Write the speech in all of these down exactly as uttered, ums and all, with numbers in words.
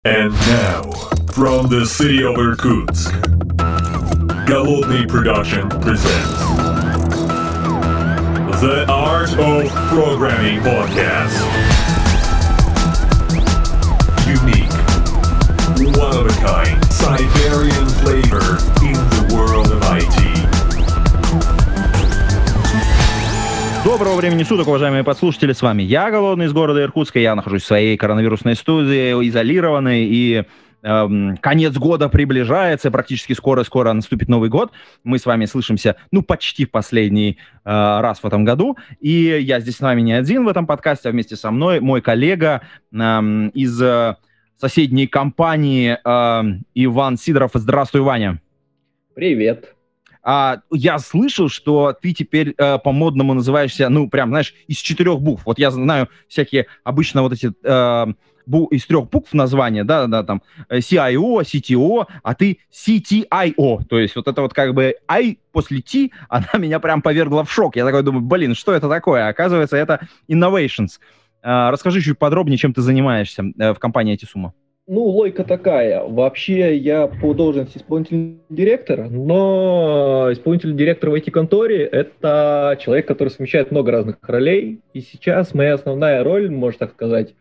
And now, from the city of Irkutsk, Голодный Production presents The Art of Programming Podcast. Unique, one of a kind, Siberian flavor in the world of ай ти. Доброго времени суток, уважаемые подслушатели, с вами я, Голодный, из города Иркутска. Я нахожусь в своей коронавирусной студии, изолированной, и эм, конец года приближается, практически скоро-скоро наступит Новый год. Мы с вами слышимся, ну, почти в последний э, раз в этом году, и я здесь с вами не один в этом подкасте, а вместе со мной мой коллега эм, из э, соседней компании э, Иван Сидоров. Здравствуй, Ваня. Привет. А, я слышал, что ты теперь э, по-модному называешься, ну, прям, знаешь, из четырех букв. Вот я знаю всякие обычно вот эти э, бу- из трех букв названия, да, да, там, си ай о, си ти о, а ты си ти ай о. То есть вот это вот как бы I после T, она меня прям повергла в шок. Я такой думаю, блин, что это такое? Оказывается, это Innovations. Э, расскажи чуть подробнее, чем ты занимаешься э, в компании Этисума. Ну, логика такая. Вообще, я по должности исполнительный директор, но исполнительный директор в ай ти-конторе – это человек, который совмещает много разных ролей. И сейчас моя основная роль, можно так сказать,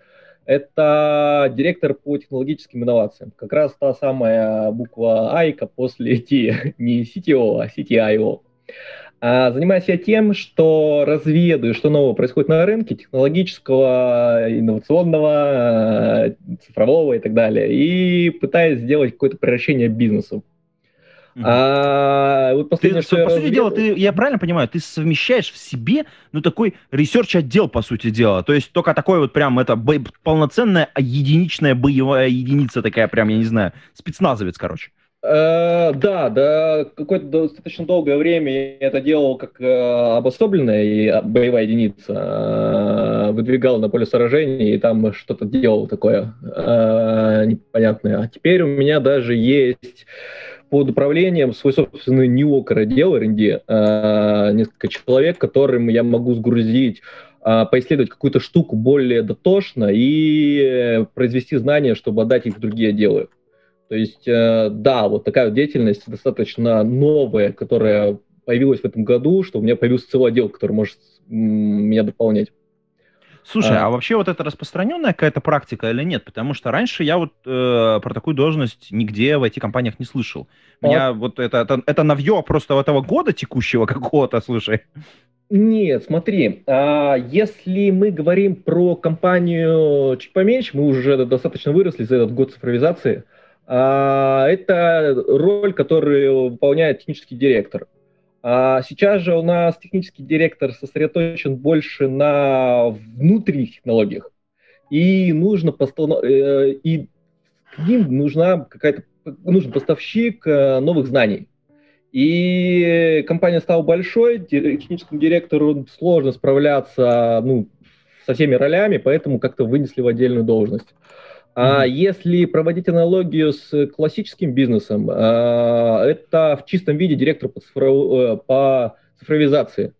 это директор по технологическим инновациям. Как раз та самая буква «Айка» после «Ти», не си ти о, а си ти ай о. А занимаюсь я тем, что разведаю, что нового происходит на рынке, технологического, инновационного, цифрового и так далее, и пытаюсь сделать какое-то превращение бизнеса. Mm-hmm. А, вот последнее, ты, что по я сути разведал... дела, ты, я правильно понимаю, ты совмещаешь в себе, ну, такой ресерч-отдел, по сути дела, то есть только такой вот прям, это бо- полноценная единичная боевая единица такая прям, я не знаю, спецназовец, короче. Uh, да, да, какое-то достаточно долгое время я это делал как uh, обособленная и боевая единица, uh, выдвигал на поле сражения и там что-то делал такое uh, непонятное. А теперь у меня даже есть под управлением свой собственный НИОК отдел эр энд ди, uh, несколько человек, которым я могу сгрузить, uh, поисследовать какую-то штуку более дотошно и произвести знания, чтобы отдать их в другие отделы. То есть, э, да, вот такая вот деятельность достаточно новая, которая появилась в этом году, что у меня появился целый отдел, который может м- меня дополнять. Слушай, а. А. а вообще вот это распространенная какая-то практика или нет? Потому что раньше я вот э, про такую должность нигде в ай ти-компаниях не слышал. Меня а. вот это, это, это навье просто этого года текущего какого-то, слушай. Нет, смотри, а если мы говорим про компанию чуть поменьше, мы уже достаточно выросли за этот год цифровизации, а, это роль, которую выполняет технический директор. А сейчас же у нас технический директор сосредоточен больше на внутренних технологиях, и нужно постол... и к ним нужна какая-то нужен поставщик новых знаний. И компания стала большой, техническому директору сложно справляться, ну, со всеми ролями, поэтому как-то вынесли в отдельную должность. А mm-hmm. если проводить аналогию с классическим бизнесом, это в чистом виде директор по, цифров... по цифровизации.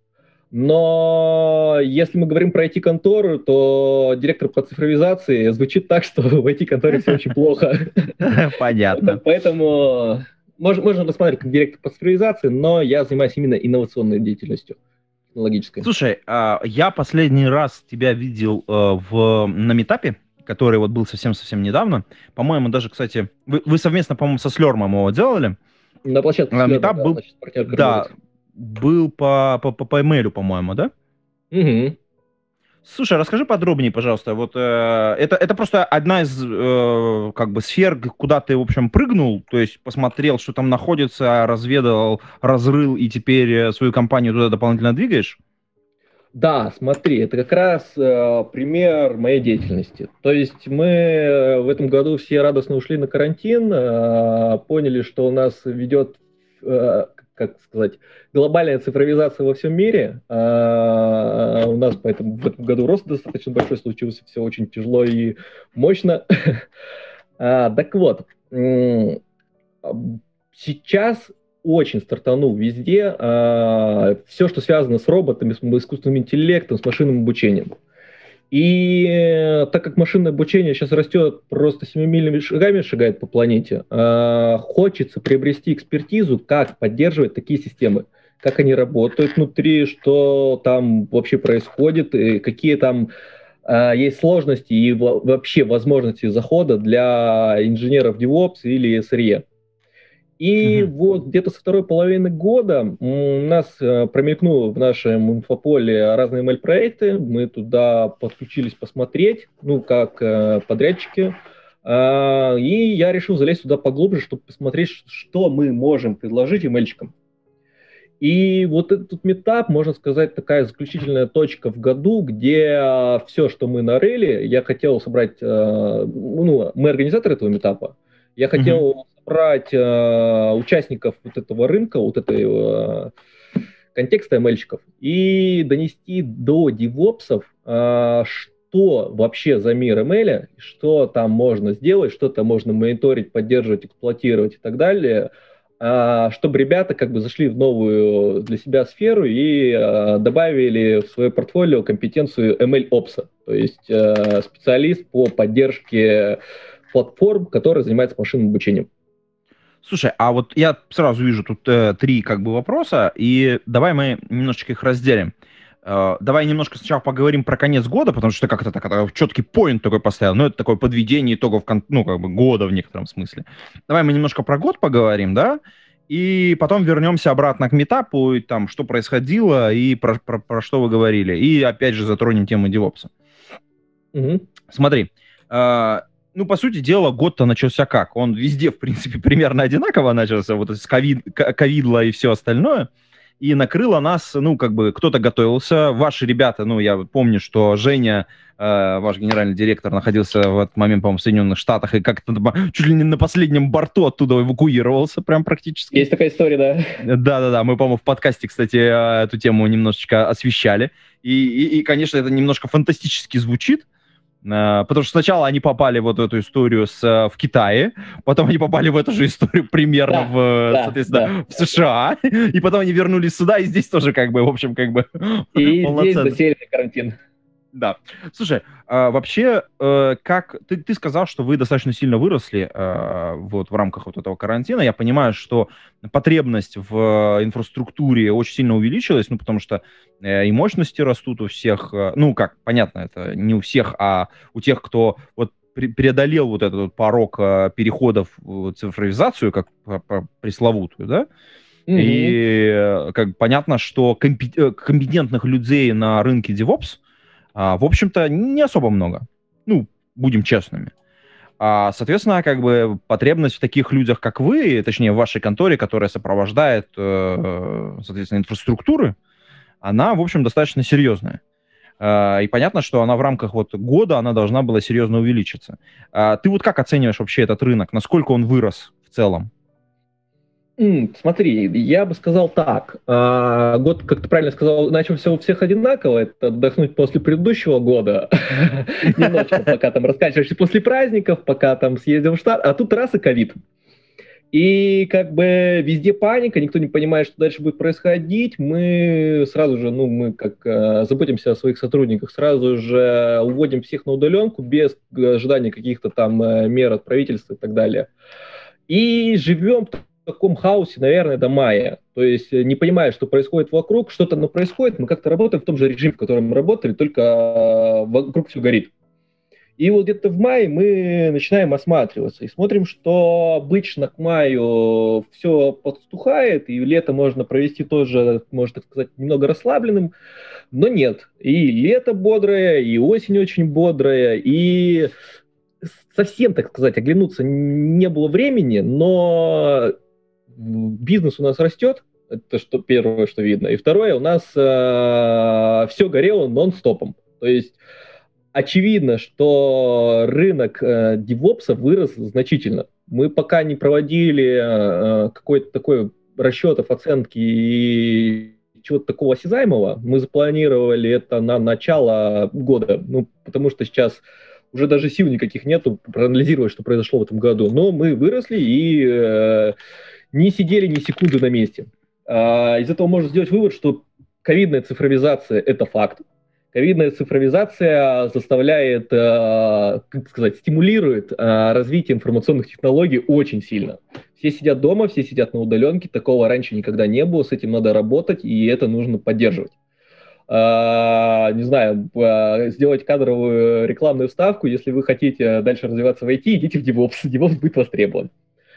Но если мы говорим про ай ти-контору, то директор по цифровизации звучит так, что в ай ти-конторе все очень плохо. Понятно. Поэтому можно, можно рассматривать как директор по цифровизации, но я занимаюсь именно инновационной деятельностью, технологической. Слушай, я последний раз тебя видел в, на митапе, который вот был совсем-совсем недавно. По-моему, даже, кстати, вы, вы совместно, по-моему, со Слермом его делали. На площадке Слерма, митап да, был, значит, партнер да, был по, по, по, по имейлю, по-моему, да? Угу. Слушай, расскажи подробнее, пожалуйста. Вот э, это, это просто одна из э, как бы сфер, куда ты, в общем, прыгнул, то есть посмотрел, что там находится, разведал, разрыл, и теперь свою компанию туда дополнительно двигаешь? Да, смотри, это как раз э, пример моей деятельности. То есть мы в этом году все радостно ушли на карантин, э, поняли, что у нас ведет, э, как сказать, глобальная цифровизация во всем мире. Э, у нас поэтому в этом году рост достаточно большой случился, все очень тяжело и мощно. Так вот, сейчас очень стартанул везде э, все, что связано с роботами, с искусственным интеллектом, с машинным обучением. И так как машинное обучение сейчас растет просто семимильными шагами, шагает по планете, хочется приобрести экспертизу, как поддерживать такие системы, как они работают внутри, что там вообще происходит, и какие там есть сложности и вообще возможности захода для инженеров DevOps или эс эр и. И mm-hmm. вот где-то со второй половины года у нас промелькнуло в нашем инфополе разные эм эль-проекты, мы туда подключились посмотреть, ну, как подрядчики, и я решил залезть туда поглубже, чтобы посмотреть, что мы можем предложить эм эльщикам. И вот этот метап, можно сказать, такая заключительная точка в году, где все, что мы нарыли, я хотел собрать, ну, мы организаторы этого метапа, я хотел mm-hmm. собрать э, участников вот этого рынка, вот этой э, контекста эм эльщиков и донести до девопсов, э, что вообще за мир эм эл, что там можно сделать, что там можно мониторить, поддерживать, эксплуатировать и так далее, э, чтобы ребята как бы зашли в новую для себя сферу и э, добавили в свое портфолио компетенцию эм эл-опса, то есть э, специалист по поддержке платформ, которые занимаются машинным обучением. Слушай, а вот я сразу вижу тут э, три как бы вопроса, и давай мы немножечко их разделим. Э, давай немножко сначала поговорим про конец года, потому что как-то так, это четкий поинт такой поставил, но это такое подведение итогов, ну, как бы года в некотором смысле. Давай мы немножко про год поговорим, да, и потом вернемся обратно к метапу, и там, что происходило, и про, про, про что вы говорили, и опять же затронем тему DevOps. Угу. Смотри, э, ну, по сути дела, год-то начался как? Он везде, в принципе, примерно одинаково начался, вот с ковид, ковидла и все остальное, и накрыло нас, ну, как бы, кто-то готовился, ваши ребята, ну, я помню, что Женя, э, ваш генеральный директор, находился в этот момент, по-моему, в Соединенных Штатах, и как-то чуть ли не на последнем борту оттуда эвакуировался, прям практически. Есть такая история, да. Да-да-да, мы, по-моему, в подкасте, кстати, эту тему немножечко освещали, и, и, и конечно, это немножко фантастически звучит, потому что сначала они попали вот в эту историю с, в Китае, потом они попали в эту же историю примерно да, в, да, соответственно, да. в США, и потом они вернулись сюда, и здесь тоже как бы, в общем, как бы... И здесь засели на карантин. Да. Слушай, а вообще, э, как ты, ты сказал, что вы достаточно сильно выросли э, вот в рамках вот этого карантина. Я понимаю, что потребность в инфраструктуре очень сильно увеличилась, ну, потому что э, и мощности растут у всех. Э, ну, как, понятно, это не у всех, а у тех, кто вот преодолел вот этот вот порог э, переходов в цифровизацию, как пресловутую, да? Mm-hmm. И э, как понятно, что компи- компетентных людей на рынке DevOps А, в общем-то, не особо много. Ну, будем честными. А, соответственно, как бы потребность в таких людях, как вы, точнее, в вашей конторе, которая сопровождает, э, соответственно, инфраструктуры, она, в общем, достаточно серьезная. А, и понятно, что она в рамках вот года, она должна была серьезно увеличиться. А, ты вот как оцениваешь вообще этот рынок? Насколько он вырос в целом? Смотри, я бы сказал так. А, год, как ты правильно сказал, начался у всех одинаково. Это отдохнуть после предыдущего года. Немножко, пока там раскачиваешься после праздников, пока там съездил в Штат. А тут раз и ковид. И как бы везде паника, никто не понимает, что дальше будет происходить. Мы сразу же, ну, мы как э, заботимся о своих сотрудниках, сразу же уводим всех на удаленку без ожидания каких-то там э, мер от правительства и так далее. И живем в таком хаосе, наверное, до мая. То есть не понимая, что происходит вокруг, что-то но происходит, мы как-то работаем в том же режиме, в котором мы работали, только вокруг все горит. И вот где-то в мае мы начинаем осматриваться и смотрим, что обычно к маю все подстухает, и лето можно провести тоже, можно так сказать, немного расслабленным, но нет. И лето бодрое, и осень очень бодрая, и совсем, так сказать, оглянуться не было времени, но бизнес у нас растет, это что первое, что видно. И второе, у нас э, все горело нон-стопом. То есть очевидно, что рынок э, девопса вырос значительно. Мы пока не проводили э, какой-то такой расчетов, оценки и чего-то такого осязаемого. Мы запланировали это на начало года, ну, потому что сейчас уже даже сил никаких нету проанализировать, что произошло в этом году. Но мы выросли и э, не сидели ни секунды на месте. А, из этого можно сделать вывод, что ковидная цифровизация – это факт. Ковидная цифровизация заставляет, как сказать, стимулирует развитие информационных технологий очень сильно. Все сидят дома, все сидят на удаленке, такого раньше никогда не было, с этим надо работать, и это нужно поддерживать. Не знаю, сделать кадровую рекламную вставку, если вы хотите дальше развиваться в ай ти, идите в DevOps, DevOps будет востребован.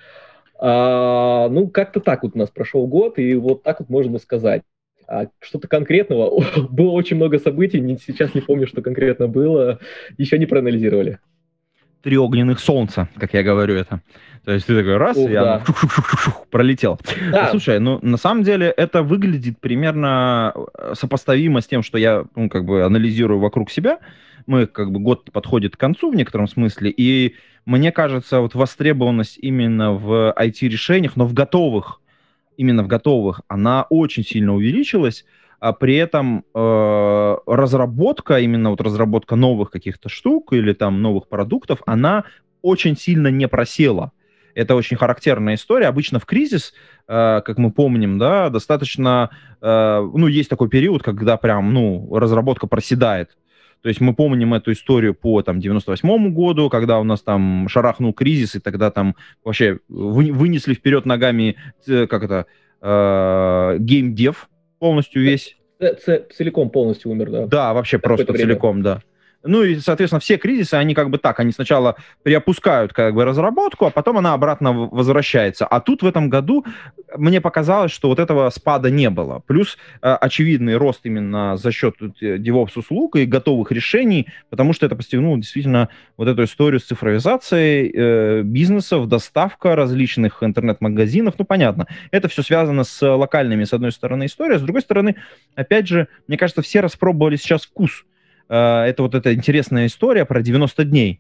Ну, как-то так вот у нас прошел год, и вот так вот можно сказать. А что-то конкретного, было очень много событий, сейчас не помню, что конкретно было, еще не проанализировали. Три огненных солнца, как я говорю это. То есть ты такой раз, Ух, и да. оно пролетел. Да. Слушай, ну на самом деле это выглядит примерно сопоставимо с тем, что я ну, как бы анализирую вокруг себя. Мы как бы год подходит к концу в некотором смысле, и мне кажется, вот востребованность именно в ай ти-решениях, но в готовых, именно в готовых, она очень сильно увеличилась, а при этом э, разработка, именно вот разработка новых каких-то штук или там новых продуктов, она очень сильно не просела. Это очень характерная история. Обычно в кризис, э, как мы помним, да, достаточно, э, ну, есть такой период, когда прям, ну, разработка проседает. То есть мы помним эту историю по там девяносто восьмому году, когда у нас там шарахнул кризис, и тогда там вообще вы, вынесли вперед ногами, как это, э, геймдев полностью весь. Ц- ц- целиком полностью умер, да. Да, вообще просто целиком, да. Ну и, соответственно, все кризисы, они как бы так, они сначала приопускают как бы разработку, а потом она обратно возвращается. А тут в этом году мне показалось, что вот этого спада не было. Плюс э, очевидный рост именно за счет DevOps-услуг и готовых решений, потому что это подстегнуло действительно вот эту историю с цифровизацией э, бизнесов, доставка различных интернет-магазинов. Ну, понятно, это все связано с локальными, с одной стороны, историей, а с другой стороны, опять же, мне кажется, все распробовали сейчас вкус. Это вот эта интересная история про девяносто дней,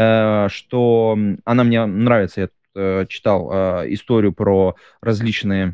что она мне нравится. Я читал историю про различные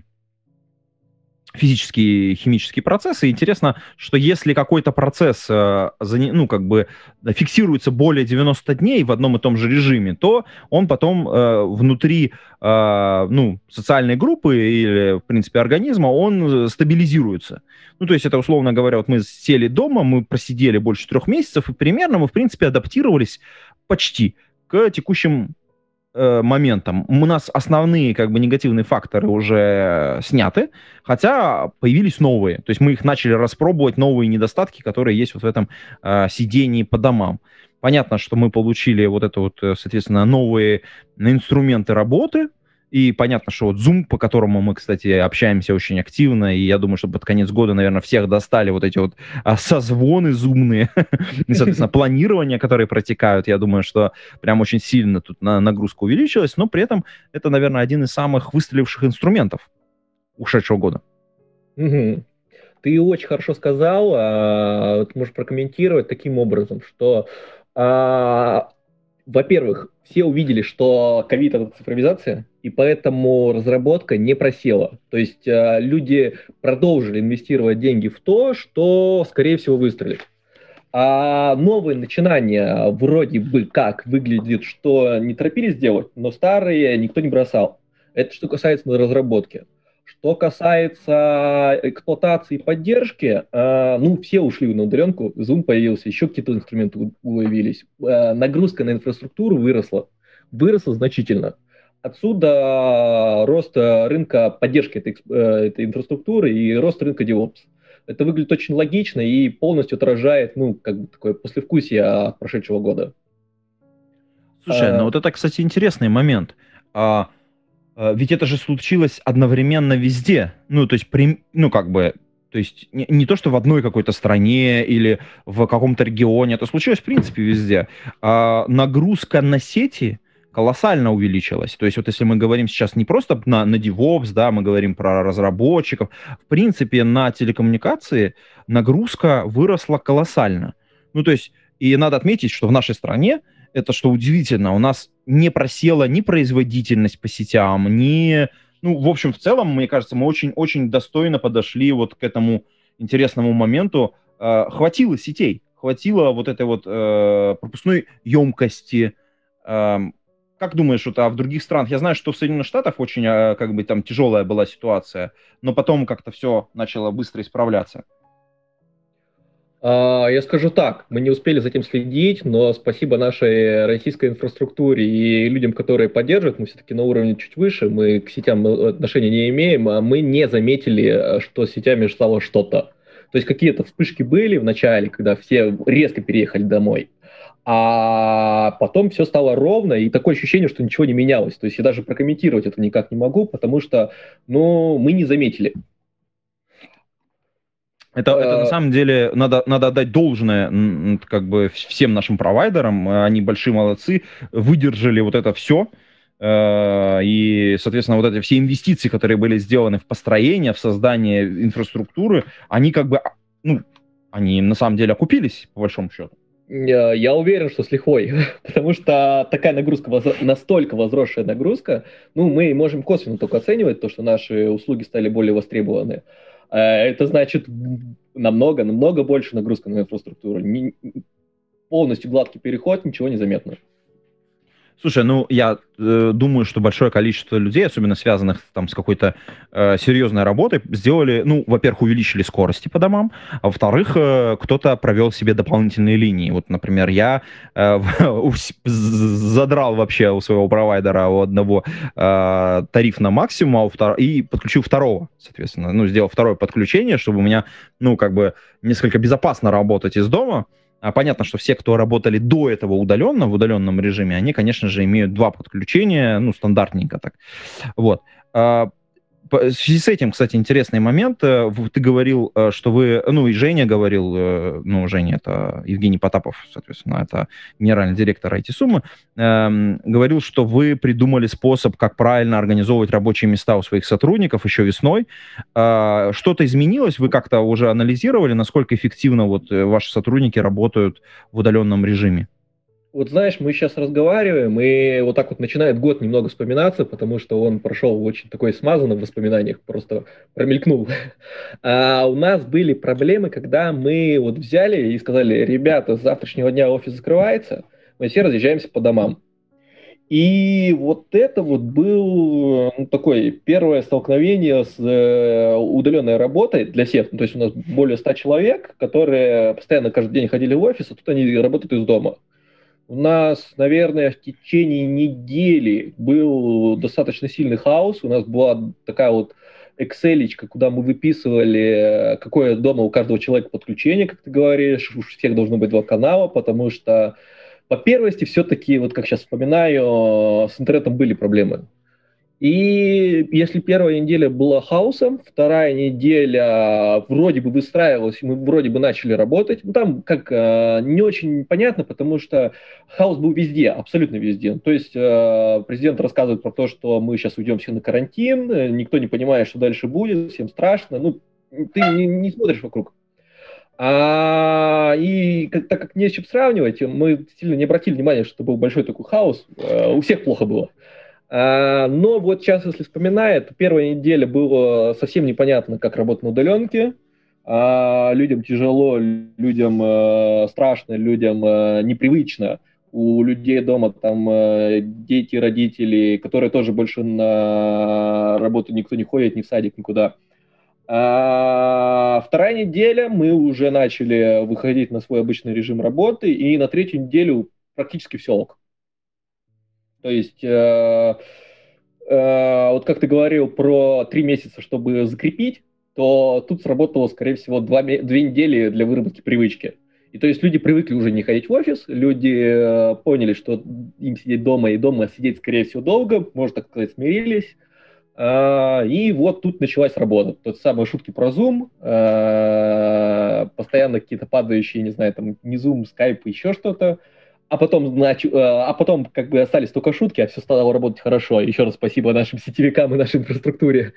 физические и химические процессы. Интересно, что если какой-то процесс ну, как бы фиксируется более девяноста дней в одном и том же режиме, то он потом внутри ну, социальной группы или, в принципе, организма, он стабилизируется. Ну, то есть это, условно говоря, вот мы сели дома, мы просидели больше трех месяцев, и примерно мы, в принципе, адаптировались почти к текущим моментом. У нас основные как бы негативные факторы уже сняты, хотя появились новые. То есть мы их начали распробовать, новые недостатки, которые есть вот в этом э, сидении по домам. Понятно, что мы получили вот это вот, соответственно, новые инструменты работы, и понятно, что вот Zoom, по которому мы, кстати, общаемся очень активно, и я думаю, что под конец года, наверное, всех достали вот эти вот а, созвоны зумные, и, соответственно, планирования, которые протекают, я думаю, что прям очень сильно тут на, нагрузка увеличилась, но при этом это, наверное, один из самых выстреливших инструментов ушедшего года. Угу. Ты очень хорошо сказал, а, вот можешь прокомментировать таким образом, что, а, во-первых, все увидели, что ковид — это цифровизация, и поэтому разработка не просела. То есть э, люди продолжили инвестировать деньги в то, что, скорее всего, выстрелит. А новые начинания вроде бы как выглядит, что не торопились делать, но старые никто не бросал. Это что касается разработки. Что касается эксплуатации и поддержки, э, ну, все ушли на удаленку, Zoom появился, еще какие-то инструменты появились. Э, нагрузка на инфраструктуру выросла. Выросла значительно. Отсюда рост рынка поддержки этой, этой инфраструктуры и рост рынка DevOps. Это выглядит очень логично и полностью отражает, ну, как бы такое послевкусие прошедшего года. Слушай, а... ну вот это, кстати, интересный момент. А, а, ведь это же случилось одновременно везде. Ну, то есть, при, ну, как бы, то есть не, не то, что в одной какой-то стране или в каком-то регионе. Это случилось, в принципе, везде. А, нагрузка на сети колоссально увеличилась. То есть вот если мы говорим сейчас не просто на, на DevOps, да, мы говорим про разработчиков, в принципе, на телекоммуникации нагрузка выросла колоссально. Ну, то есть, и надо отметить, что в нашей стране, это что удивительно, у нас не просела ни производительность по сетям, ни... Ну, в общем, в целом, мне кажется, мы очень-очень достойно подошли вот к этому интересному моменту. Э, хватило сетей, хватило вот этой вот э, пропускной емкости. Э, Как думаешь, вот, а в других странах? Я знаю, что в Соединенных Штатах очень как бы там тяжелая была ситуация, но потом как-то все начало быстро исправляться. А, Я скажу так, мы не успели за этим следить, но спасибо нашей российской инфраструктуре и людям, которые поддерживают, мы все-таки на уровне чуть выше, мы к сетям отношения не имеем, а мы не заметили, что с сетями стало что-то. То есть какие-то вспышки были в начале, когда все резко переехали домой, а потом все стало ровно, и такое ощущение, что ничего не менялось. То есть я даже прокомментировать это никак не могу, потому что, ну, мы не заметили. Это, это на самом деле надо, надо отдать должное как бы всем нашим провайдерам, они большие молодцы, выдержали вот это все, и, соответственно, вот эти все инвестиции, которые были сделаны в построение, в создание инфраструктуры, они как бы, ну, они на самом деле окупились, по большому счету. Я уверен, что с лихвой, потому что такая нагрузка, настолько возросшая нагрузка, ну, мы можем косвенно только оценивать то, что наши услуги стали более востребованы. Это значит намного-намного больше нагрузка на инфраструктуру. Не, полностью гладкий переход, ничего не заметно. Слушай, ну я э, думаю, что большое количество людей, особенно связанных там с какой-то э, серьезной работой, сделали, ну, во-первых, увеличили скорости по домам, а во-вторых, э, кто-то провел себе дополнительные линии. Вот, например, я э, задрал вообще у своего провайдера у одного э, тариф на максимум, а у втор... и подключил второго, соответственно, ну, сделал второе подключение, чтобы у меня, ну, как бы несколько безопасно работать из дома. Понятно, что все, кто работали до этого удаленно, в удаленном режиме, они, конечно же, имеют два подключения, ну, стандартненько так. Вот. В связи с этим, кстати, интересный момент. Ты говорил, что вы... Ну, и Женя говорил, ну, Женя, это Евгений Потапов, соответственно, это генеральный директор ай ти-Суммы, эм, говорил, что вы придумали способ, как правильно организовывать рабочие места у своих сотрудников еще весной. Э, что-то изменилось? Вы как-то уже анализировали, насколько эффективно вот ваши сотрудники работают в удаленном режиме? Вот знаешь, мы сейчас разговариваем, и вот так вот начинает год немного вспоминаться, потому что он прошел очень такой смазанный в воспоминаниях, просто промелькнул. А у нас были проблемы, когда мы вот взяли и сказали: ребята, с завтрашнего дня офис закрывается, мы все разъезжаемся по домам. И вот это вот был, ну, такое первое столкновение с э, удаленной работой для всех. Ну, то есть у нас более ста человек, которые постоянно каждый день ходили в офис, а тут они работают из дома. У нас, наверное, в течение недели был достаточно сильный хаос. У нас была такая вот Excel-очка, куда мы выписывали, какое дома у каждого человека подключение, как ты говоришь. У всех должно быть два канала, потому что, по первости, все-таки, вот как сейчас вспоминаю, с интернетом были проблемы. И если первая неделя была хаосом, вторая неделя вроде бы выстраивалась, мы вроде бы начали работать. Ну, там как э, не очень понятно, потому что хаос был везде, абсолютно везде. То есть э, президент рассказывает про то, что мы сейчас уйдем все на карантин, никто не понимает, что дальше будет, всем страшно. Ну, ты не, не смотришь вокруг. А, и как, так как не с чем сравнивать, мы сильно не обратили внимания, что был большой такой хаос. Э, у всех плохо было. А, но вот сейчас, если вспоминает, первая неделя было совсем непонятно, как работать на удаленке. А, людям тяжело, людям э, страшно, людям э, непривычно. У людей дома там э, дети, родители, которые тоже больше на работу никто не ходит, ни в садик, никуда. А, вторая неделя мы уже начали выходить на свой обычный режим работы, и на третью неделю практически все ок. То есть, э, э, вот как ты говорил про три месяца, чтобы закрепить, то тут сработало, скорее всего, два, две недели для выработки привычки. И то есть люди привыкли уже не ходить в офис, люди э, поняли, что им сидеть дома и дома сидеть, скорее всего, долго, можно так сказать, смирились. Э, и вот тут началась работа. Тот самые шутки про Zoom, э, постоянно какие-то падающие, не знаю, там, не Zoom, Skype, еще что-то. А потом, значит, а потом как бы остались только шутки, а все стало работать хорошо. Еще раз спасибо нашим сетевикам и нашей инфраструктуре.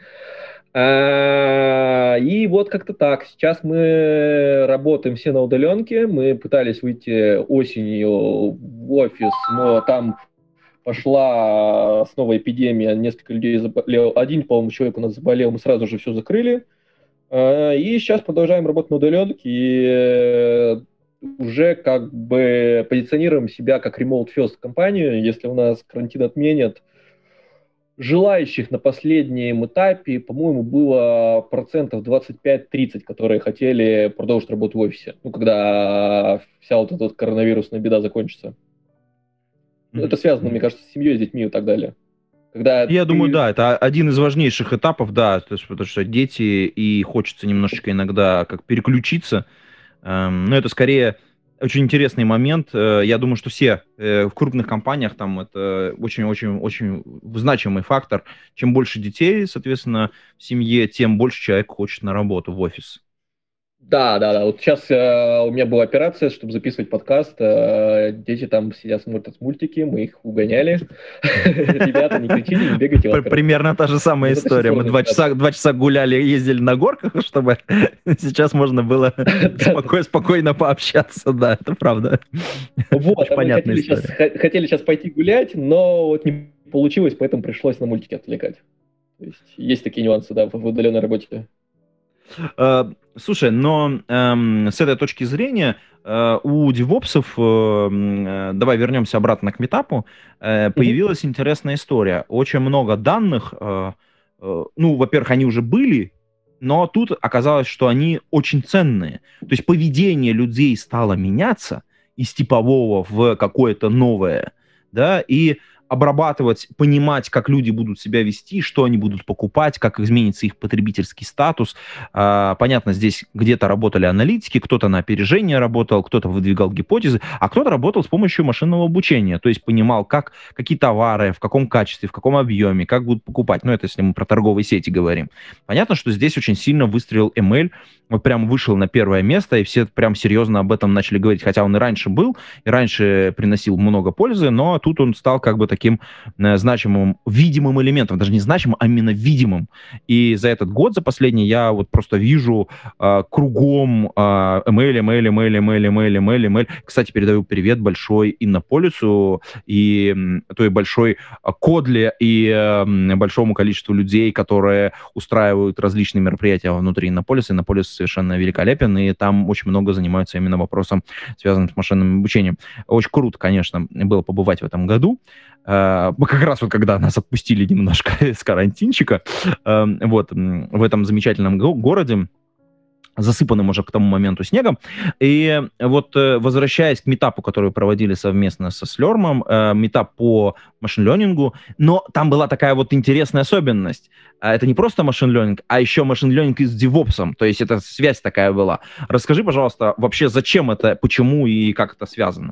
И вот как-то так. Сейчас мы работаем все на удаленке. Мы пытались выйти осенью в офис, но там пошла снова эпидемия. Несколько людей заболело. Один, по-моему, человек у нас заболел. Мы сразу же все закрыли. И сейчас продолжаем работать на удаленке. И уже как бы позиционируем себя как remote first компанию. Если у нас карантин отменят, желающих на последнем этапе, по-моему, было процентов двадцать пять тридцать, которые хотели продолжить работу в офисе, ну, когда вся вот эта вот коронавирусная беда закончится. Mm-hmm. Это связано, мне кажется, с семьей, с детьми и так далее. Когда Я ты... думаю, да, это один из важнейших этапов, да, то есть, потому что дети, и хочется немножечко иногда как переключиться, но это скорее очень интересный момент. Я думаю, что все в крупных компаниях там это очень-очень-очень значимый фактор. Чем больше детей, соответственно, в семье, тем больше человек хочет на работу в офис. Да, да, да. Вот сейчас э, у меня была операция, чтобы записывать подкаст. Э, дети там сидят, смотрят мультики, мы их угоняли. Ребята, не кричите, не бегайте. Примерно та же самая история. Мы два часа, два часа гуляли, ездили на горках, чтобы сейчас можно было спокойно пообщаться. Да, это правда. Вот, мы хотели сейчас пойти гулять, но вот не получилось, поэтому пришлось на мультики отвлекать. То есть есть такие нюансы, да, в удаленной работе. Uh, слушай, но um, с этой точки зрения uh, у девопсов, uh, давай вернемся обратно к метапу, uh, появилась mm-hmm. интересная история. Очень много данных, uh, uh, ну, во-первых, они уже были, но тут оказалось, что они очень ценные. То есть поведение людей стало меняться из типового в какое-то новое, да, и обрабатывать, понимать, как люди будут себя вести, что они будут покупать, как изменится их потребительский статус. А, понятно, здесь где-то работали аналитики, кто-то на опережение работал, кто-то выдвигал гипотезы, а кто-то работал с помощью машинного обучения, то есть понимал, как, какие товары, в каком качестве, в каком объеме, как будут покупать. Ну, это если мы про торговые сети говорим. Понятно, что здесь очень сильно выстрелил эм эл, вот прям вышел на первое место, и все прям серьезно об этом начали говорить, хотя он и раньше был, и раньше приносил много пользы, но тут он стал как бы таким э, значимым, видимым элементом, даже не значимым, а именно видимым. И за этот год, за последний, я вот просто вижу э, кругом э, эм эл, эм эл, эм эл, эм эл, эм эл, эм эл, эм эл. Кстати, передаю привет большой Иннополису и э, той большой кодле и э, большому количеству людей, которые устраивают различные мероприятия внутри Иннополиса. Иннополис совершенно великолепен, и там очень много занимаются именно вопросом, связанным с машинным обучением. Очень круто, конечно, было побывать в этом году. Uh, как раз вот когда нас отпустили немножко с карантинчика, uh, вот, в этом замечательном го- городе, засыпанным уже к тому моменту снегом. И вот возвращаясь к метапу, который проводили совместно со Слермом, метап по машин-лернингу, но там была такая вот интересная особенность. Это не просто машин-лернинг, а еще машин-лернинг и с девопсом, то есть это связь такая была. Расскажи, пожалуйста, вообще зачем это, почему и как это связано?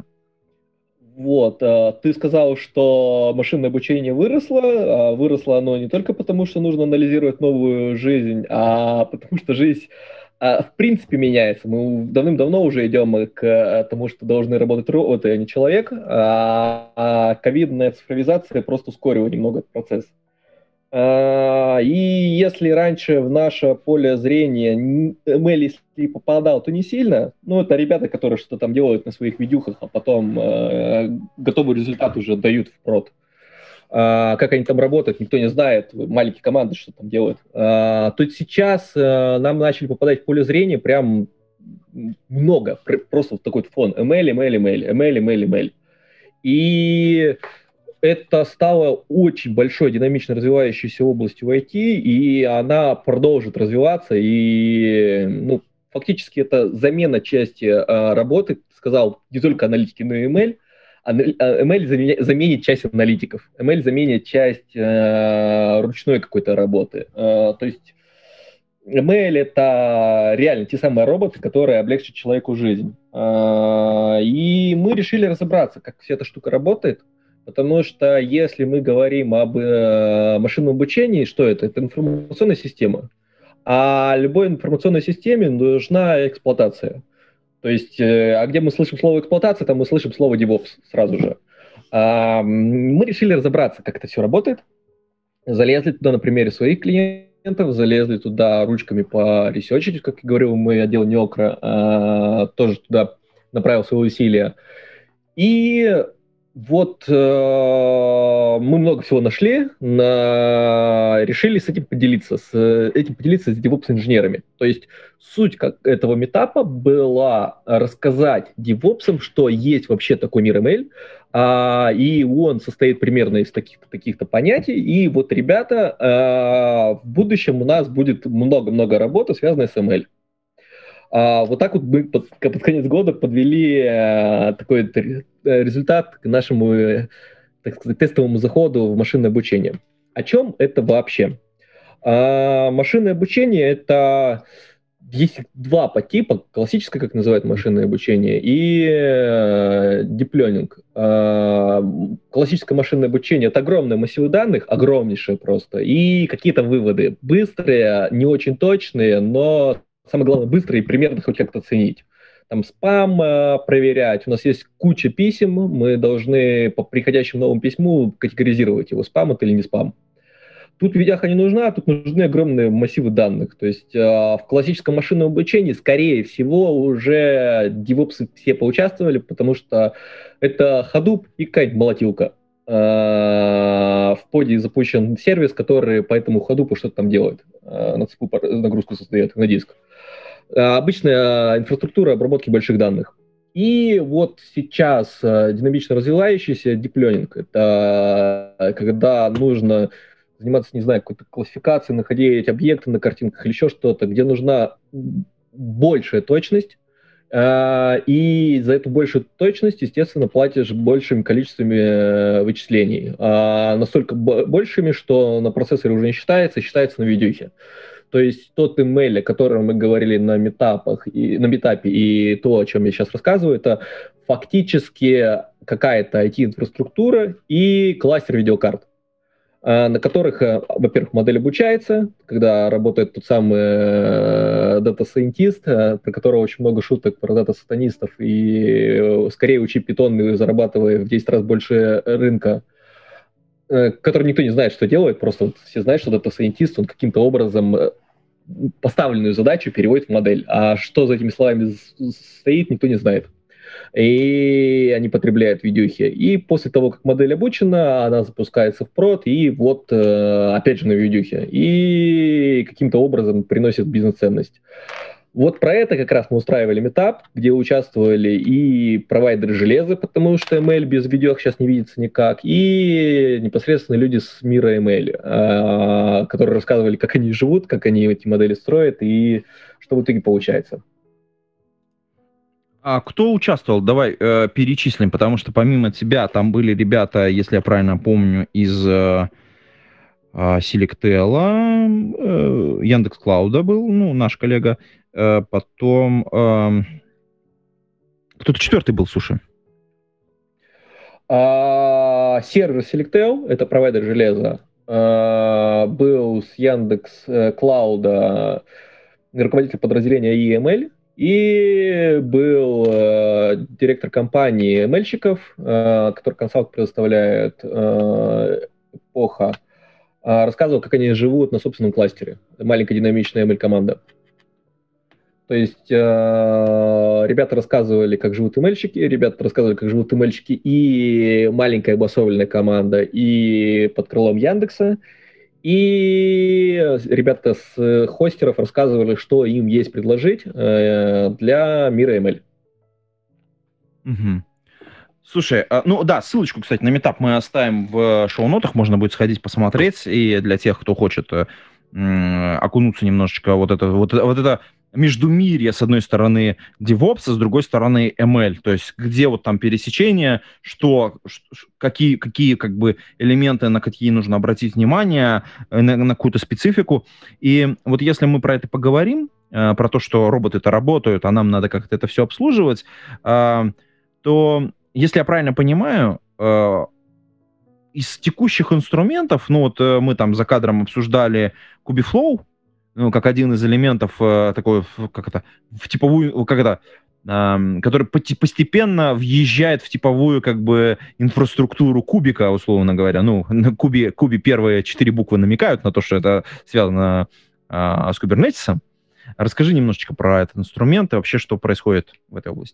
Вот, ты сказал, что машинное обучение выросло. Выросло оно не только потому, что нужно анализировать новую жизнь, а потому что жизнь в принципе меняется. Мы давным-давно уже идем к тому, что должны работать роботы, а не человек. А ковидная цифровизация просто ускорила немного этот процесс. И если раньше в наше поле зрения эм эл, если попадал, то не сильно. Ну, это ребята, которые что-то там делают на своих видюхах, а потом э, готовый результат уже дают в прод. А, как они там работают, никто не знает. Маленькие команды что там делают. А, то сейчас а, нам начали попадать в поле зрения прям много. Просто вот такой фон. эм эл, эм эл, эм эл, эм эл, эм эл, эм эл. И это стало очень большой, динамично развивающейся областью в ай ти, и она продолжит развиваться, и ну, фактически это замена части а, работы, сказал, не только аналитики, но и эм эл. эм эл заменит, заменит часть аналитиков, эм эл заменит часть э, ручной какой-то работы. Э, то есть эм эл — это реально те самые роботы, которые облегчат человеку жизнь. Э, и мы решили разобраться, как вся эта штука работает. Потому что если мы говорим об э, машинном обучении, что это? Это информационная система. А любой информационной системе нужна эксплуатация. То есть, э, а где мы слышим слово эксплуатация, там мы слышим слово DevOps сразу же. А, мы решили разобраться, как это все работает. Залезли туда на примере своих клиентов, залезли туда ручками по ресерчить, как я говорил, мой отдел Неокра а, тоже туда направил свои усилия. И вот э, мы много всего нашли, на... решили с этим поделиться, с этим поделиться с DevOps-инженерами. То есть суть как этого митапа была рассказать девопсам, что есть вообще такой мир эм эл, а, и он состоит примерно из таких-то, таких-то понятий, и вот, ребята, а, в будущем у нас будет много-много работы, связанной с эм эл. А, вот так вот мы под, под конец года подвели а, такой результат к нашему, так сказать, тестовому заходу в машинное обучение. О чем это вообще? А, машинное обучение — это есть два подтипа: классическое, как называют машинное обучение, и э, deep learning. А, классическое машинное обучение — это огромные массивы данных, огромнейшие просто, и какие-то выводы быстрые, не очень точные, но самое главное, быстрые и примерно хоть как-то оценить. Там спам э, проверять. У нас есть куча писем, мы должны по приходящему новому письму категоризировать его, спам это или не спам. Тут видяха не нужна, тут нужны огромные массивы данных. То есть э, в классическом машинном обучении, скорее всего, уже девопсы все поучаствовали, потому что это Hadoop и какая-нибудь молотилка. Э, в поде запущен сервис, который по этому Hadoop что-то там делает. Э, на цепу нагрузку создает, на диск. Э, обычная инфраструктура обработки больших данных. И вот сейчас э, динамично развивающийся deep learning. Это э, когда нужно заниматься, не знаю, какой-то классификацией, находить объекты на картинках или еще что-то, где нужна большая точность, э, и за эту большую точность, естественно, платишь большими количествами э, вычислений. А настолько б- большими, что на процессоре уже не считается, считается на видюхе. То есть тот эм эл, о котором мы говорили на метапах, и, на метапе, и то, о чем я сейчас рассказываю, это фактически какая-то ай ти-инфраструктура и кластер видеокарт, на которых, во-первых, модель обучается, когда работает тот самый дата-сайентист, про которого очень много шуток про дата-сатанистов, и скорее учи питон, зарабатывая в десять раз больше рынка, который никто не знает, что делает, просто вот все знают, что дата-сайентист, он каким-то образом поставленную задачу переводит в модель, а что за этими словами стоит, никто не знает. И они потребляют видюхи. И после того, как модель обучена, она запускается в прод, и вот, опять же, на видюхе. И каким-то образом приносит бизнес-ценность. Вот про это как раз мы устраивали митап, где участвовали и провайдеры железа, потому что эм эл без видео сейчас не видится никак, и непосредственно люди с мира эм эл, которые рассказывали, как они живут, как они эти модели строят, и что в итоге получается. А кто участвовал? Давай э, перечислим, потому что помимо тебя там были ребята, если я правильно помню, из э, э, Selectel, э, Яндекс.Клауда был, ну, наш коллега, э, потом э, кто-то четвертый был, слушай. А, сервер Selectel, это провайдер железа, а, был с Яндекс.Клауда руководитель подразделения и эм эл, и был э, директор компании эм эльщиков, э, который консалт предоставляет э, эпоха, э, рассказывал, как они живут на собственном кластере. Маленькая динамичная эм эл-команда. То есть э, ребята рассказывали, как живут эм эльщики, ребята рассказывали, как живут эм эльщики и маленькая обособленная команда, и под крылом Яндекса. И ребята с хостеров рассказывали, что им есть предложить э, для мира эм эл. Угу. Слушай, а, ну да, ссылочку, кстати, на метап мы оставим в шоу-нотах, можно будет сходить посмотреть, и для тех, кто хочет э, окунуться немножечко вот это, вот, вот это междумирье, с одной стороны, DevOps, а с другой стороны эм эл, то есть где вот там пересечение, что, какие, какие как бы элементы, на какие нужно обратить внимание, на, на какую-то специфику. И вот если мы про это поговорим, э, про то, что роботы-то работают, а нам надо как-то это все обслуживать, э, то, если я правильно понимаю, э, из текущих инструментов, ну вот э, мы там за кадром обсуждали Kubeflow, ну, как один из элементов э, такой, как это, в типовую, как это, э, который постепенно въезжает в типовую, как бы, инфраструктуру кубика, условно говоря. Ну, на кубе, кубе первые четыре буквы намекают на то, что это связано э, с кубернетисом. Расскажи немножечко про этот инструмент и вообще, что происходит в этой области.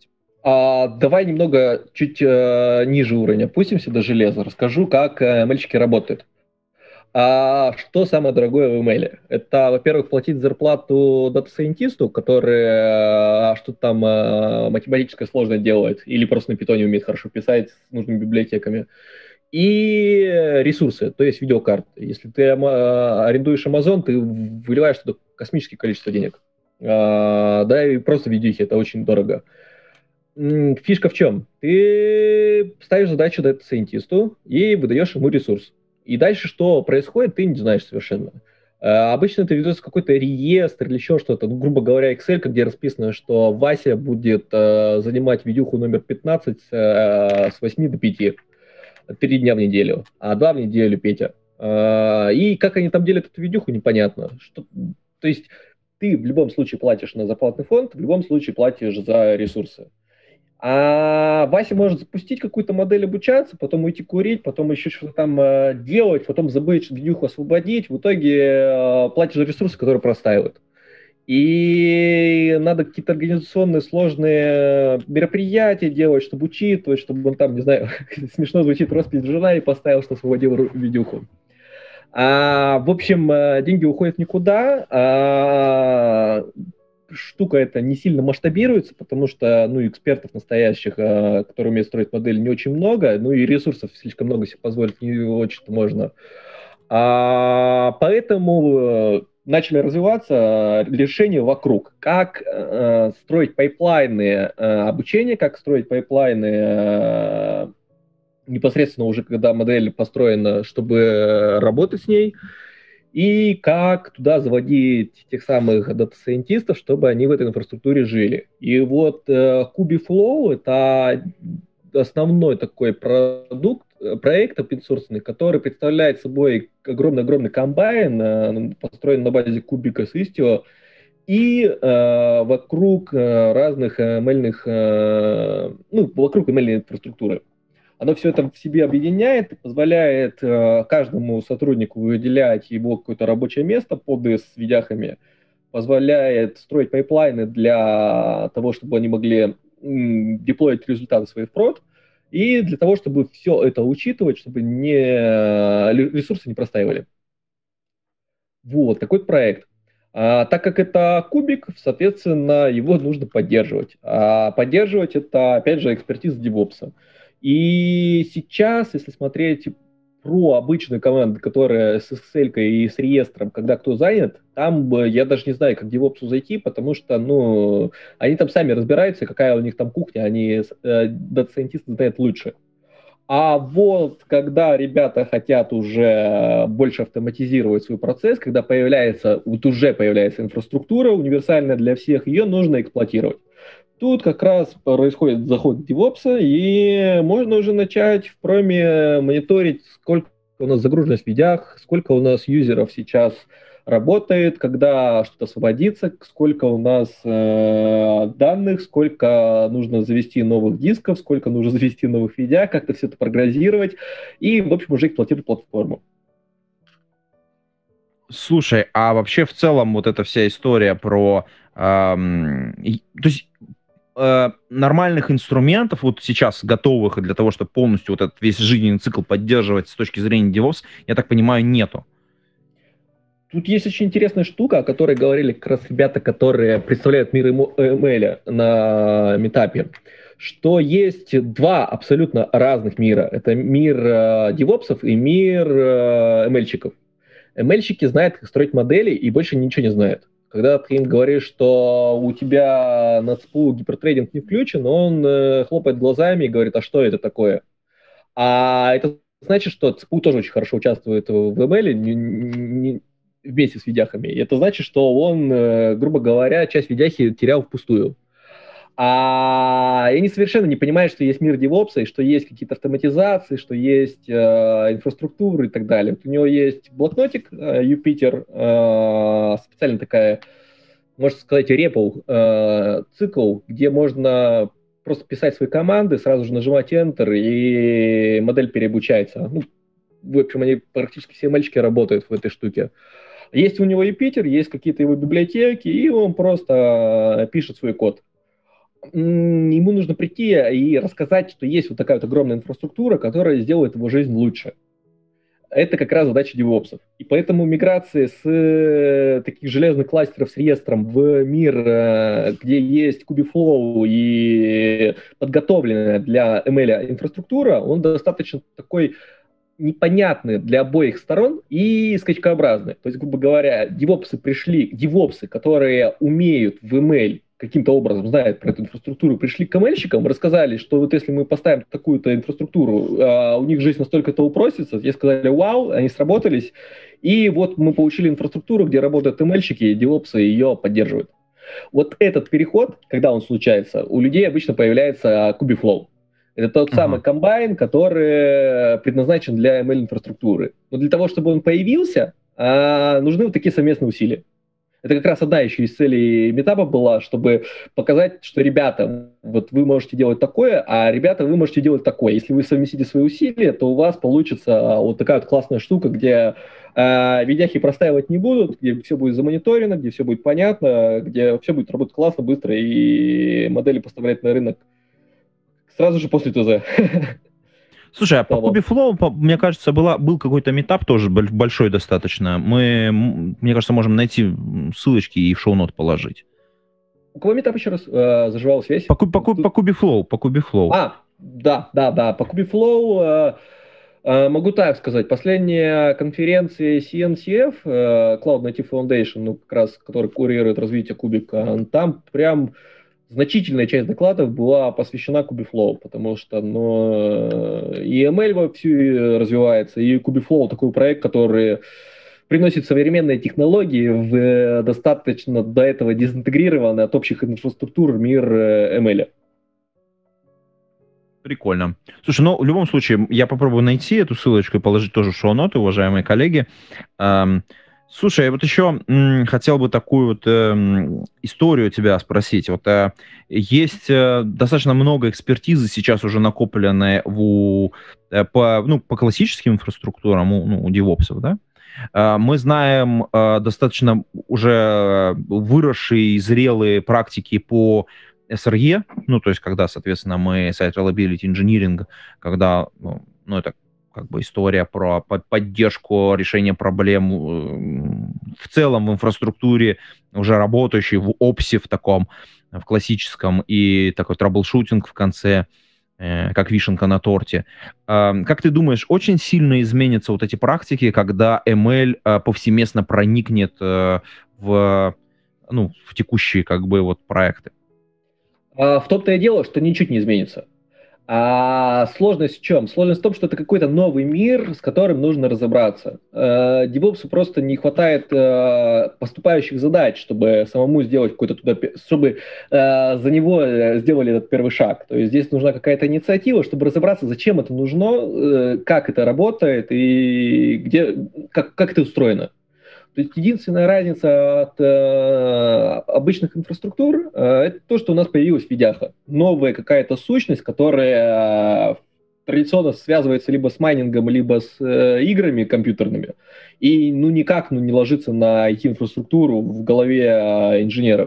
А, давай немного чуть э, ниже уровня опустимся до железа. Расскажу, как э, эм эльщики работают. А что самое дорогое в имейле? Это, во-первых, платить зарплату дата-сайентисту, который э, что-то там э, математическое сложное делает, или просто на питоне умеет хорошо писать с нужными библиотеками. И ресурсы, то есть видеокарты. Если ты э, арендуешь Amazon, ты выливаешь туда космическое количество денег. А, да, и просто видюхи, это очень дорого. М, Фишка в чем? Ты ставишь задачу дата-сайентисту и выдаешь ему ресурс. И дальше что происходит, ты не знаешь совершенно. Э, Обычно это ведется какой-то реестр или еще что-то. Ну, грубо говоря, Excel, где расписано, что Вася будет э, занимать видюху номер пятнадцать э, с восьми до пяти. Три дня в неделю, а два в неделю Петя. Э, И как они там делят эту видюху, непонятно. Что, то есть ты в любом случае платишь на зарплатный фонд, в любом случае платишь за ресурсы. А Вася может запустить какую-то модель, обучаться, потом уйти курить, потом еще что-то там э, делать, потом забыть видюху освободить. В итоге э, платишь за ресурсы, которые простаивают. И надо какие-то организационные сложные мероприятия делать, чтобы учитывать, чтобы он там, не знаю, смешно звучит, роспись в журнале поставил, что освободил ру- видюху. А, в общем, э, деньги уходят в никуда. А, штука эта не сильно масштабируется, потому что, ну, экспертов настоящих, э, которые умеют строить модели, не очень много, ну и ресурсов слишком много себе позволить не очень-то можно. А, поэтому э, начали развиваться э, решения вокруг, как э, строить пайплайны э, обучения, как строить пайплайны э, непосредственно уже, когда модель построена, чтобы работать с ней, и как туда заводить тех самых дата-сайентистов, чтобы они в этой инфраструктуре жили. И вот э, Kubeflow — это основной такой продукт, э, проект open-source, который представляет собой огромный-огромный комбайн, э, построен на базе кубика с Istio, и э, вокруг э, разных эм эльных, э, ну, вокруг эм эльной инфраструктуры. Оно все это в себе объединяет и позволяет э, каждому сотруднику выделять его какое-то рабочее место под с видяхами, позволяет строить пайплайны для того, чтобы они могли м, деплоить результаты своих прод, и для того, чтобы все это учитывать, чтобы не, ресурсы не простаивали. Вот, такой проект. А, так как это кубик, соответственно, его нужно поддерживать. А поддерживать это, опять же, экспертиза DevOps. И сейчас, если смотреть про обычную команду, которая с Excel и с реестром, когда кто занят, там бы я даже не знаю, как DevOps зайти, потому что, ну, они там сами разбираются, какая у них там кухня, они, э, дата-сайентисты знают лучше. А вот когда ребята хотят уже больше автоматизировать свой процесс, когда появляется, вот уже появляется инфраструктура универсальная для всех, ее нужно эксплуатировать. Тут как раз происходит заход DevOps, и можно уже начать в проме мониторить, сколько у нас загруженность в видях, сколько у нас юзеров сейчас работает, когда что-то освободится, сколько у нас э, данных, сколько нужно завести новых дисков, сколько нужно завести новых видео, как-то все это прогнозировать и, в общем, уже эксплуатировать платформу. Слушай, а вообще в целом вот эта вся история про... эм, и- то есть э, нормальных инструментов вот сейчас готовых для того, чтобы полностью вот этот весь жизненный цикл поддерживать с точки зрения DevOps, я так понимаю, нету. Тут есть очень интересная штука, о которой говорили как раз ребята, которые представляют мир эм эл на метапе, что есть два абсолютно разных мира. Это мир э, девопсов и мир э, эм эльщиков. эм эльщики знают, как строить модели, и больше ничего не знают. Когда ты им говоришь, что у тебя на ЦПУ гипертрейдинг не включен, он э, хлопает глазами и говорит, а что это такое? А это значит, что ЦПУ тоже очень хорошо участвует в эм эл не, не, вместе с видяхами. И это значит, что он, э, грубо говоря, часть видяхи терял впустую. А они совершенно не понимают, что есть мир девопса, и что есть какие-то автоматизации, что есть э, инфраструктура и так далее. Вот у него есть блокнотик э, Юпитер, э, специально такая, можно сказать, репл, э, цикл, где можно просто писать свои команды, сразу же нажимать Enter, и модель переобучается. Ну, в общем, они практически все мальчики работают в этой штуке. Есть у него Юпитер, есть какие-то его библиотеки, и он просто пишет свой код. ему нужно прийти и рассказать, что есть вот такая вот огромная инфраструктура, которая сделает его жизнь лучше. Это как раз задача девопсов. И поэтому миграция с э, таких железных кластеров с реестром в мир, э, где есть Kubeflow и подготовленная для эм эл инфраструктура, он достаточно такой непонятный для обоих сторон и скачкообразный. То есть, грубо говоря, девопсы пришли, девопсы, которые умеют в эм эл каким-то образом знают про эту инфраструктуру, пришли к эм эл-щикам, рассказали, что вот если мы поставим такую-то инфраструктуру, а у них жизнь настолько-то упростится, те сказали вау, они сработались, и вот мы получили инфраструктуру, где работают эм эл-щики, и девопсы ее поддерживают. Вот этот переход, когда он случается, у людей обычно появляется Kubeflow. Это тот uh-huh. самый комбайн, который предназначен для эм эл-инфраструктуры. Но для того, чтобы он появился, нужны вот такие совместные усилия. Это как раз одна еще из целей метапа была, чтобы показать, что ребята, вот вы можете делать такое, а ребята, вы можете делать такое. Если вы совместите свои усилия, то у вас получится вот такая вот классная штука, где э, видяхи простаивать не будут, где все будет замониторено, где все будет понятно, где все будет работать классно, быстро и модели поставлять на рынок сразу же после ТЗ. Слушай, а по Kubeflow, по, мне кажется, была, был какой-то метап тоже большой достаточно. Мы, мне кажется, можем найти ссылочки и в шоу-нот положить. У кого метап еще раз э, заживал связь? По, по, по, по Kubeflow, по Kubeflow. А, да, да, да, по Kubeflow э, э, могу так сказать. Последняя конференция си эн си эф, э, Cloud Native Foundation, ну, как раз, который курирует развитие кубика, там прям значительная часть докладов была посвящена Kubeflow, потому что ну, и эм эл вовсю развивается, и Kubeflow такой проект, который приносит современные технологии в достаточно до этого дезинтегрированный от общих инфраструктур мир эм эл. Прикольно. Слушай, ну, в любом случае, я попробую найти эту ссылочку и положить тоже в шоу-ноты, уважаемые коллеги. Слушай, вот еще м, хотел бы такую вот э, историю тебя спросить. Вот э, есть э, достаточно много экспертизы сейчас уже накопленной в, э, по, ну, по классическим инфраструктурам у, ну, у девопсов, да? Э, мы знаем э, достаточно уже выросшие и зрелые практики по эс эр и, ну, то есть когда, соответственно, мы Site Reliability Engineering, когда, ну, ну это как бы история про поддержку решения проблем в целом в инфраструктуре, уже работающей в опсе в таком, в классическом, и такой траблшутинг в конце, как вишенка на торте. Как ты думаешь, очень сильно изменятся вот эти практики, когда эм эл повсеместно проникнет в, ну, в текущие как бы вот проекты? В том-то и дело, что ничуть не изменится. А сложность в чем? Сложность в том, что это какой-то новый мир, с которым нужно разобраться. DevOps просто не хватает поступающих задач, чтобы самому сделать какой-то туда, чтобы за него сделали этот первый шаг. То есть здесь нужна какая-то инициатива, чтобы разобраться, зачем это нужно, как это работает и где, как, как это устроено. То есть единственная разница от э, обычных инфраструктур э, это то, что у нас появилась видяха. Новая какая-то сущность, которая э, традиционно связывается либо с майнингом, либо с э, играми компьютерными. И ну никак ну, не ложится на ай ти-инфраструктуру в голове э, инженеров.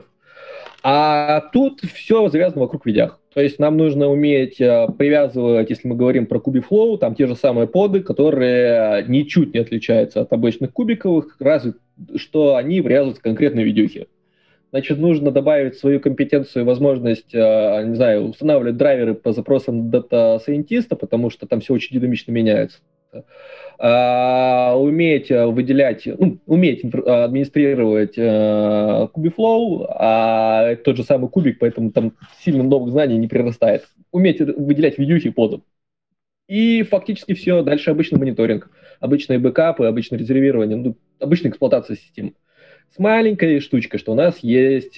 А тут все завязано вокруг видях. То есть нам нужно уметь э, привязывать, если мы говорим про Kubeflow, там те же самые поды, которые ничуть не отличаются от обычных кубиковых, разве что они привязываются к конкретной видюхе. Значит, нужно добавить свою компетенцию и возможность, э, не знаю, устанавливать драйверы по запросам дата-сайентиста, потому что там все очень динамично меняется. Uh, уметь выделять, ну, уметь администрировать uh, Kubeflow, а это тот же самый кубик, поэтому там сильно новых знаний не прирастает. Уметь выделять видюхи подом. И фактически все. Дальше обычный мониторинг, обычные бэкапы, обычное резервирование, ну, обычная эксплуатация системы. С маленькой штучкой, что у нас есть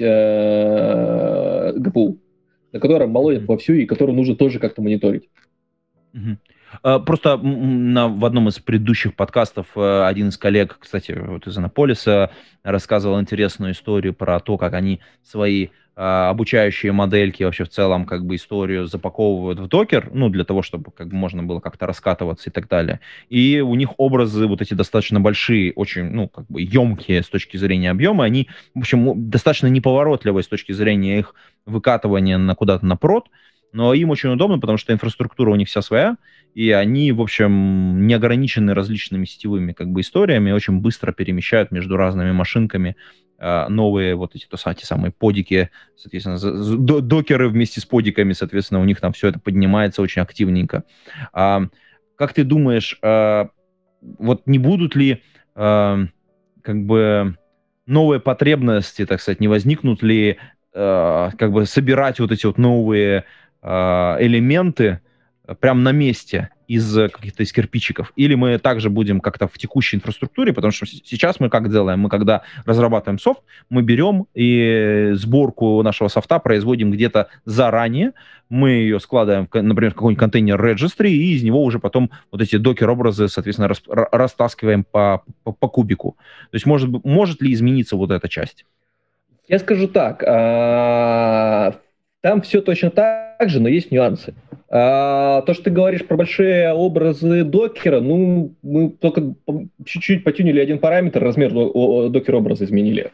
uh, джи пи ю, на котором молодят вовсю и который нужно тоже как-то мониторить. Mm-hmm. Просто на, в одном из предыдущих подкастов один из коллег, кстати, вот из Анаполиса, рассказывал интересную историю про то, как они свои обучающие модельки, вообще в целом как бы историю запаковывают в докер, ну, для того, чтобы как бы можно было как-то раскатываться и так далее. И у них образы вот эти достаточно большие, очень, ну, как бы емкие с точки зрения объема, они, в общем, достаточно неповоротливые с точки зрения их выкатывания на куда-то на прод, но им очень удобно, потому что инфраструктура у них вся своя, и они, в общем, не ограничены различными сетевыми как бы историями, очень быстро перемещают между разными машинками новые вот эти то, те самые подики, соответственно, докеры вместе с подиками, соответственно, у них там все это поднимается очень активненько. А, как ты думаешь, а, вот не будут ли а, как бы новые потребности, так сказать, не возникнут ли а, как бы собирать вот эти вот новые а, элементы прямо на месте из каких-то из кирпичиков, или мы также будем как-то в текущей инфраструктуре, потому что сейчас мы как делаем? Мы когда разрабатываем софт, мы берем и сборку нашего софта производим где-то заранее, мы ее складываем, например, в какой-нибудь контейнер registry, и из него уже потом вот эти докер-образы, соответственно, рас, растаскиваем по, по, по кубику. То есть может, может ли измениться вот эта часть? Я скажу так, там все точно так же, но есть нюансы. А, то, что ты говоришь про большие образы докера, ну, мы только чуть-чуть потюнили один параметр, размер докер-образа изменили.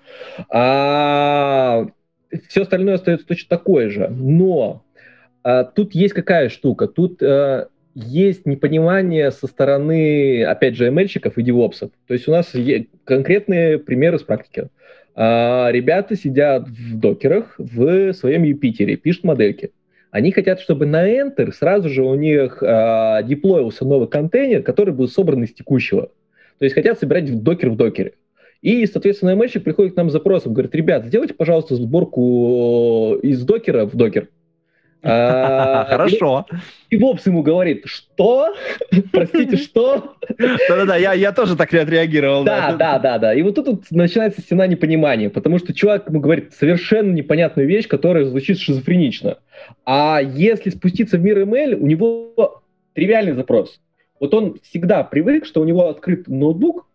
А, все остальное остается точно такое же. Но а, тут есть какая штука? Тут а, есть непонимание со стороны, опять же, эм эль-щиков и девопсов. То есть у нас есть конкретные примеры с практики. А, ребята сидят в докерах в своем Юпитере, пишут модельки. Они хотят, чтобы на Enter сразу же у них э, деплоился новый контейнер, который был собран из текущего. То есть хотят собирать в докер в докере. И, соответственно, эм эль-щик приходит к нам с запросом, говорит, ребят, сделайте, пожалуйста, сборку из докера в докер. Хорошо. И Вопс ему говорит, что? Простите, что? Да-да-да, я, я тоже так отреагировал. Да, да, да, да. И вот тут вот начинается стена непонимания, потому что чувак ему говорит совершенно непонятную вещь, которая звучит шизофренично. А если спуститься в мир эм эл, у него тривиальный запрос. Вот он всегда привык, что у него открыт ноутбук,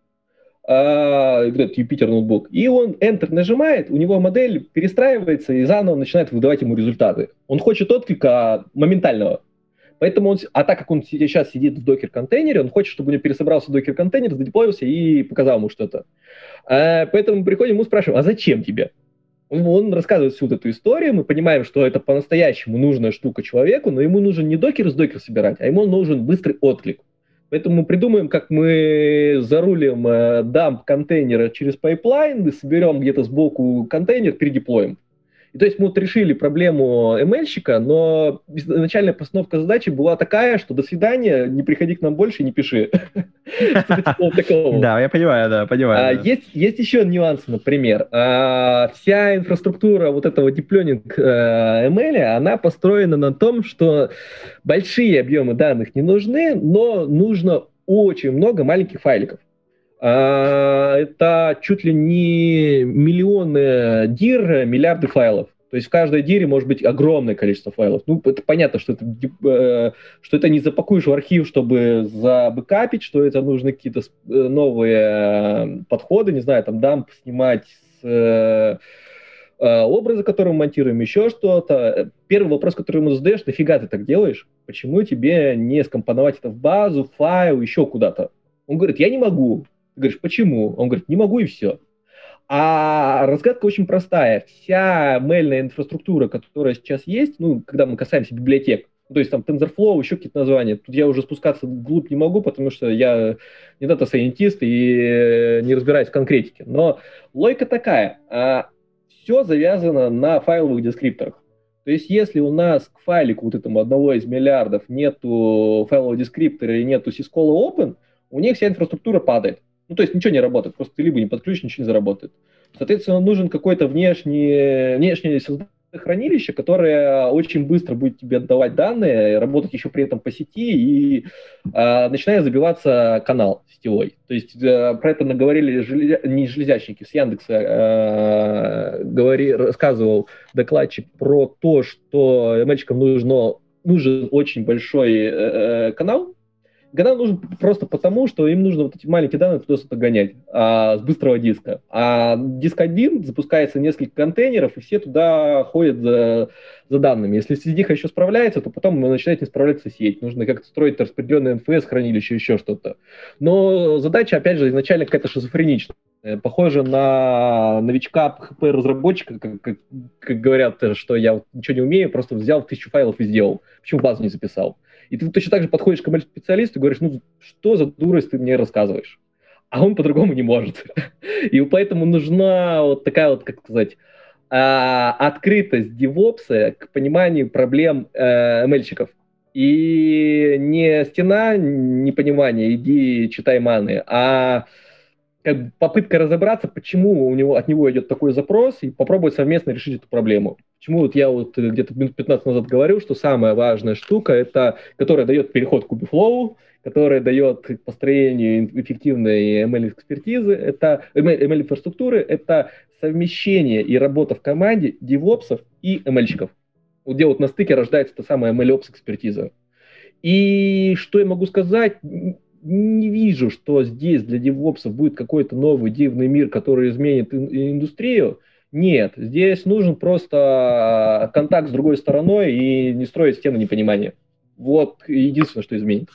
э, этот Юпитер ноутбук, и он Enter нажимает, у него модель перестраивается и заново начинает выдавать ему результаты. Он хочет отклика моментального. Поэтому он, а так как он сейчас сидит в докер-контейнере, он хочет, чтобы у него пересобрался докер-контейнер, задеплоился и показал ему что-то. А, поэтому мы приходим, ему спрашиваем, а зачем тебе? Он, он рассказывает всю вот эту историю, мы понимаем, что это по-настоящему нужная штука человеку, но ему нужен не докер из докер собирать, а ему нужен быстрый отклик. Поэтому мы придумаем, как мы зарулим э, дамп контейнера через пайплайн, и соберем где-то сбоку контейнер, передеплоим. И то есть мы вот решили проблему эм эль-щика, но изначальная постановка задачи была такая, что до свидания, не приходи к нам больше, не пиши. Да, я понимаю, да, понимаю. Есть еще нюансы, например. Вся инфраструктура вот этого диплёнинг эм эл, она построена на том, что большие объемы данных не нужны, но нужно очень много маленьких файликов. Это чуть ли не миллионы дир, миллиарды файлов. То есть в каждой дире может быть огромное количество файлов. Ну, это понятно, что это, что это не запакуешь в архив, чтобы забэкапить, что это нужны какие-то новые подходы, не знаю, там дамп снимать с образы, которые мы монтируем, еще что-то. Первый вопрос, который ему задаешь, нафига ты так делаешь? Почему тебе не скомпоновать это в базу, в файл, еще куда-то? Он говорит, я не могу. Ты говоришь, почему? Он говорит, не могу и все. А разгадка очень простая. Вся мейльная инфраструктура, которая сейчас есть, ну, когда мы касаемся библиотек, то есть там TensorFlow, еще какие-то названия, тут я уже спускаться вглубь не могу, потому что я не дата-сайентист и не разбираюсь в конкретике. Но логика такая. Все завязано на файловых дескрипторах. То есть если у нас к файлику вот этому одного из миллиардов нету файлового дескриптора и нету syscall open, у них вся инфраструктура падает. Ну, то есть ничего не работает, просто ты либо не подключишь, ничего не заработает. Соответственно, нужен какой-то внешний, внешнее хранилище, которое очень быстро будет тебе отдавать данные, работать еще при этом по сети, и э, начинает забиваться канал сетевой. То есть э, про это наговорили железя... не железячники, с Яндекса э, говори... рассказывал докладчик про то, что эм эль-щикам нужно, нужен очень большой э, канал, Года нужен просто потому, что им нужно вот эти маленькие данные туда-сюда гонять а, с быстрого диска. А диск один запускается несколько контейнеров, и все туда ходят за, за данными. Если сетиха еще справляется, то потом начинает не справляться сеть. Нужно как-то строить распределенное эн эф эс, хранилище, еще что-то. Но задача, опять же, изначально какая-то шизофреничная. Похоже на новичка пи эйч пи-разработчика, как, как, как говорят, что я вот ничего не умею, просто взял тысячу файлов и сделал. Почему базу не записал? И ты точно так же подходишь к эм эль-специалисту и говоришь, ну что за дурость ты мне рассказываешь? А он по-другому не может. И поэтому нужна вот такая вот, как сказать, открытость девопса к пониманию проблем эм эльщиков. И не стена непонимания, иди читай маны, а как бы попытка разобраться, почему у него, от него идет такой запрос, и попробовать совместно решить эту проблему. Почему вот я вот где-то минут пятнадцать назад говорил, что самая важная штука, это, которая дает переход к Kubeflow, которая дает к построению эффективной эм эль-экспертизы, это эм эль-инфраструктуры, это совмещение и работа в команде девопсов и эм эльщиков. Вот где вот на стыке рождается та самая эм эл-опс-экспертиза. И что я могу сказать? Не вижу, что здесь для девопсов будет какой-то новый дивный мир, который изменит индустрию. Нет, здесь нужен просто контакт с другой стороной и не строить стены непонимания. Вот единственное, что изменит.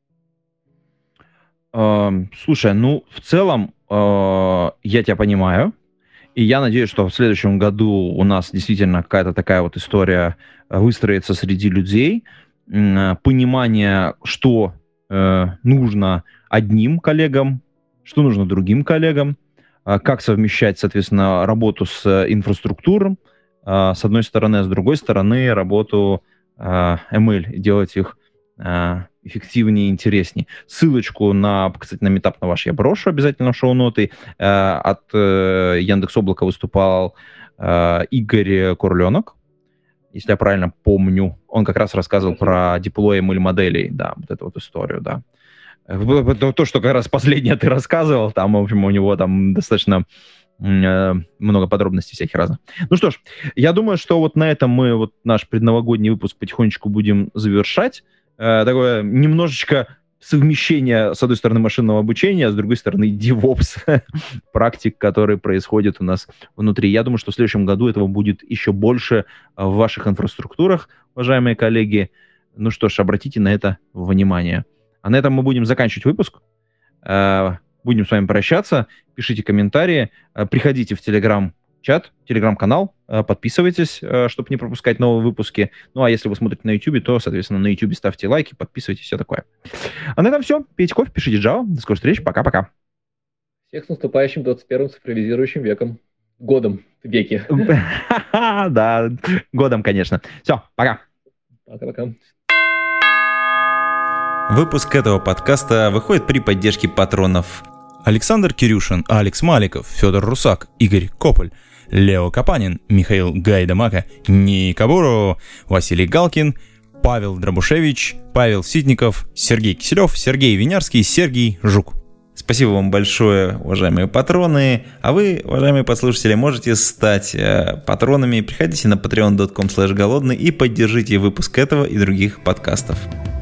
Слушай, ну, в целом, я тебя понимаю, и я надеюсь, что в следующем году у нас действительно какая-то такая вот история выстроится среди людей, понимание, что нужно одним коллегам, что нужно другим коллегам, как совмещать, соответственно, работу с инфраструктурой, с одной стороны, а с другой стороны, работу эм эль, и делать их эффективнее и интереснее. Ссылочку на, кстати, на митап на ваш я брошу обязательно в шоу-ноты. От Яндекс.Облака выступал Игорь Курленок, если я правильно помню. Он как раз рассказывал про деплой эм эль-моделей, да, вот эту вот историю, да. То, что как раз последнее ты рассказывал, там, в общем, у него там достаточно э, много подробностей всяких разных. Ну что ж, я думаю, что вот на этом мы вот наш предновогодний выпуск потихонечку будем завершать. Э, такое немножечко совмещение, с одной стороны, машинного обучения, а с другой стороны, DevOps, практик, который происходит у нас внутри. Я думаю, что в следующем году этого будет еще больше в ваших инфраструктурах, уважаемые коллеги. Ну что ж, обратите на это внимание. А на этом мы будем заканчивать выпуск. Будем с вами прощаться. Пишите комментарии. Приходите в Telegram-чат, Telegram-канал. Подписывайтесь, чтобы не пропускать новые выпуски. Ну, а если вы смотрите на YouTube, то, соответственно, на YouTube ставьте лайки, подписывайтесь, все такое. А на этом все. Пейте кофе, пишите Java. До скорой встречи. Пока-пока. Всех с наступающим двадцать первым цифровизирующим веком. Годом веки. Да, годом, конечно. Все, пока. Пока-пока. Выпуск этого подкаста выходит при поддержке патронов: Александр Кирюшин, Алекс Маликов, Федор Русак, Игорь Кополь, Лео Капанин, Михаил Гайдамака, Ника Буру, Василий Галкин, Павел Дробушевич, Павел Ситников, Сергей Киселев, Сергей Винярский, Сергей Жук. Спасибо вам большое, уважаемые патроны. А вы, уважаемые подслушатели, можете стать э, патронами. Приходите на patreon точка com слэш голодный и поддержите выпуск этого и других подкастов.